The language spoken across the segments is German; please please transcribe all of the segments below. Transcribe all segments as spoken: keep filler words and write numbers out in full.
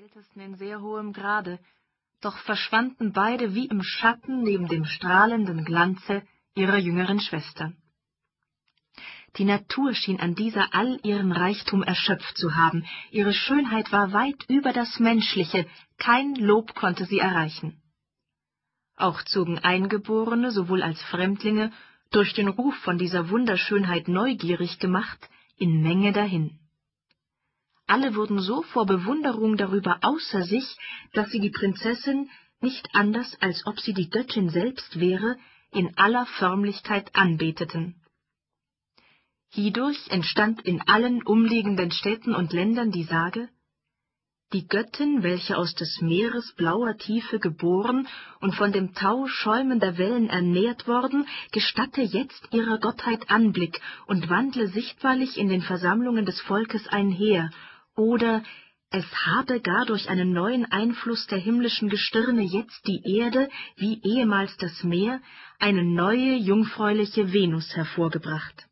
Ältesten in sehr hohem Grade, doch verschwanden beide wie im Schatten neben dem strahlenden Glanze ihrer jüngeren Schwester. Die Natur schien an dieser all ihren Reichtum erschöpft zu haben, ihre Schönheit war weit über das Menschliche, kein Lob konnte sie erreichen. Auch zogen Eingeborene, sowohl als Fremdlinge, durch den Ruf von dieser Wunderschönheit neugierig gemacht, in Menge dahin. Alle wurden so vor Bewunderung darüber außer sich, dass sie die Prinzessin, nicht anders als ob sie die Göttin selbst wäre, in aller Förmlichkeit anbeteten. Hierdurch entstand in allen umliegenden Städten und Ländern die Sage: Die Göttin, welche aus des Meeres blauer Tiefe geboren und von dem Tau schäumender Wellen ernährt worden, gestatte jetzt ihrer Gottheit Anblick und wandle sichtbarlich in den Versammlungen des Volkes einher, oder es habe gar durch einen neuen Einfluss der himmlischen Gestirne jetzt die Erde, wie ehemals das Meer, eine neue jungfräuliche Venus hervorgebracht.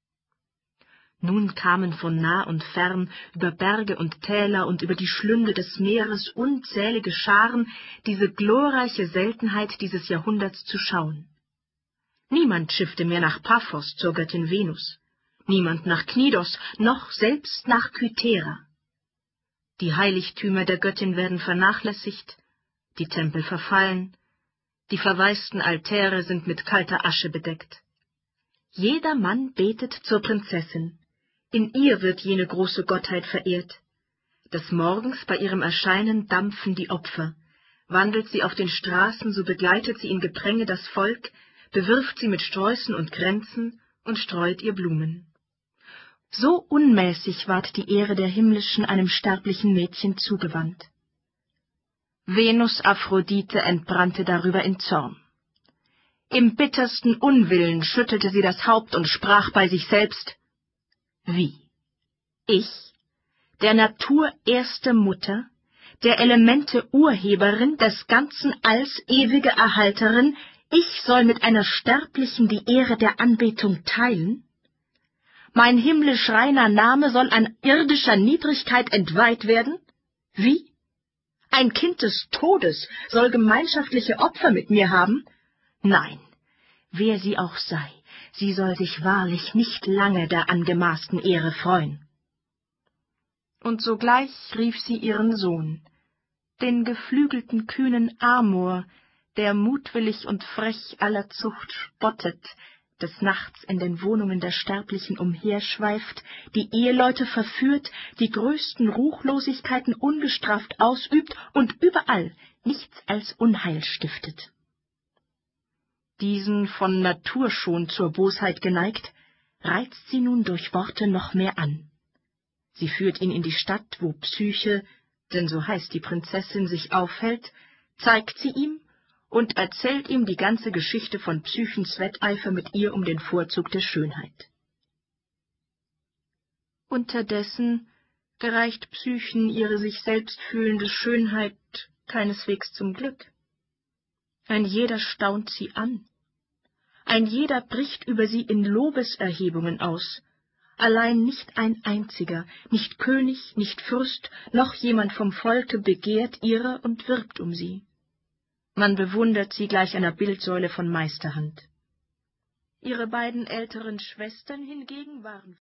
Nun kamen von nah und fern, über Berge und Täler und über die Schlünde des Meeres unzählige Scharen, diese glorreiche Seltenheit dieses Jahrhunderts zu schauen. Niemand schiffte mehr nach Paphos zur Göttin Venus, niemand nach Knidos, noch selbst nach Kythera. Die Heiligtümer der Göttin werden vernachlässigt, die Tempel verfallen, die verwaisten Altäre sind mit kalter Asche bedeckt. Jeder Mann betet zur Prinzessin, in ihr wird jene große Gottheit verehrt. Des Morgens bei ihrem Erscheinen dampfen die Opfer, wandelt sie auf den Straßen, so begleitet sie im Gepränge das Volk, bewirft sie mit Sträußen und Kränzen und streut ihr Blumen. So unmäßig ward die Ehre der Himmlischen einem sterblichen Mädchen zugewandt. Venus Aphrodite entbrannte darüber in Zorn. Im bittersten Unwillen schüttelte sie das Haupt und sprach bei sich selbst: Wie? Ich, der Natur erste Mutter, der Elemente Urheberin, des ganzen Alls ewige Erhalterin, ich soll mit einer Sterblichen die Ehre der Anbetung teilen? Mein himmlisch reiner Name soll an irdischer Niedrigkeit entweiht werden? Wie? Ein Kind des Todes soll gemeinschaftliche Opfer mit mir haben? Nein, wer sie auch sei, sie soll sich wahrlich nicht lange der angemaßten Ehre freuen. Und sogleich rief sie ihren Sohn, den geflügelten kühnen Amor, der mutwillig und frech aller Zucht spottet, des Nachts in den Wohnungen der Sterblichen umherschweift, die Eheleute verführt, die größten Ruchlosigkeiten ungestraft ausübt und überall nichts als Unheil stiftet. Diesen von Natur schon zur Bosheit geneigt, reizt sie nun durch Worte noch mehr an. Sie führt ihn in die Stadt, wo Psyche, denn so heißt die Prinzessin, sich aufhält, zeigt sie ihm und erzählt ihm die ganze Geschichte von Psychens Wetteifer mit ihr um den Vorzug der Schönheit. Unterdessen gereicht Psychen ihre sich selbst fühlende Schönheit keineswegs zum Glück. Ein jeder staunt sie an, ein jeder bricht über sie in Lobeserhebungen aus, allein nicht ein einziger, nicht König, nicht Fürst, noch jemand vom Volke begehrt ihrer und wirbt um sie. Man bewundert sie gleich einer Bildsäule von Meisterhand. Ihre beiden älteren Schwestern hingegen waren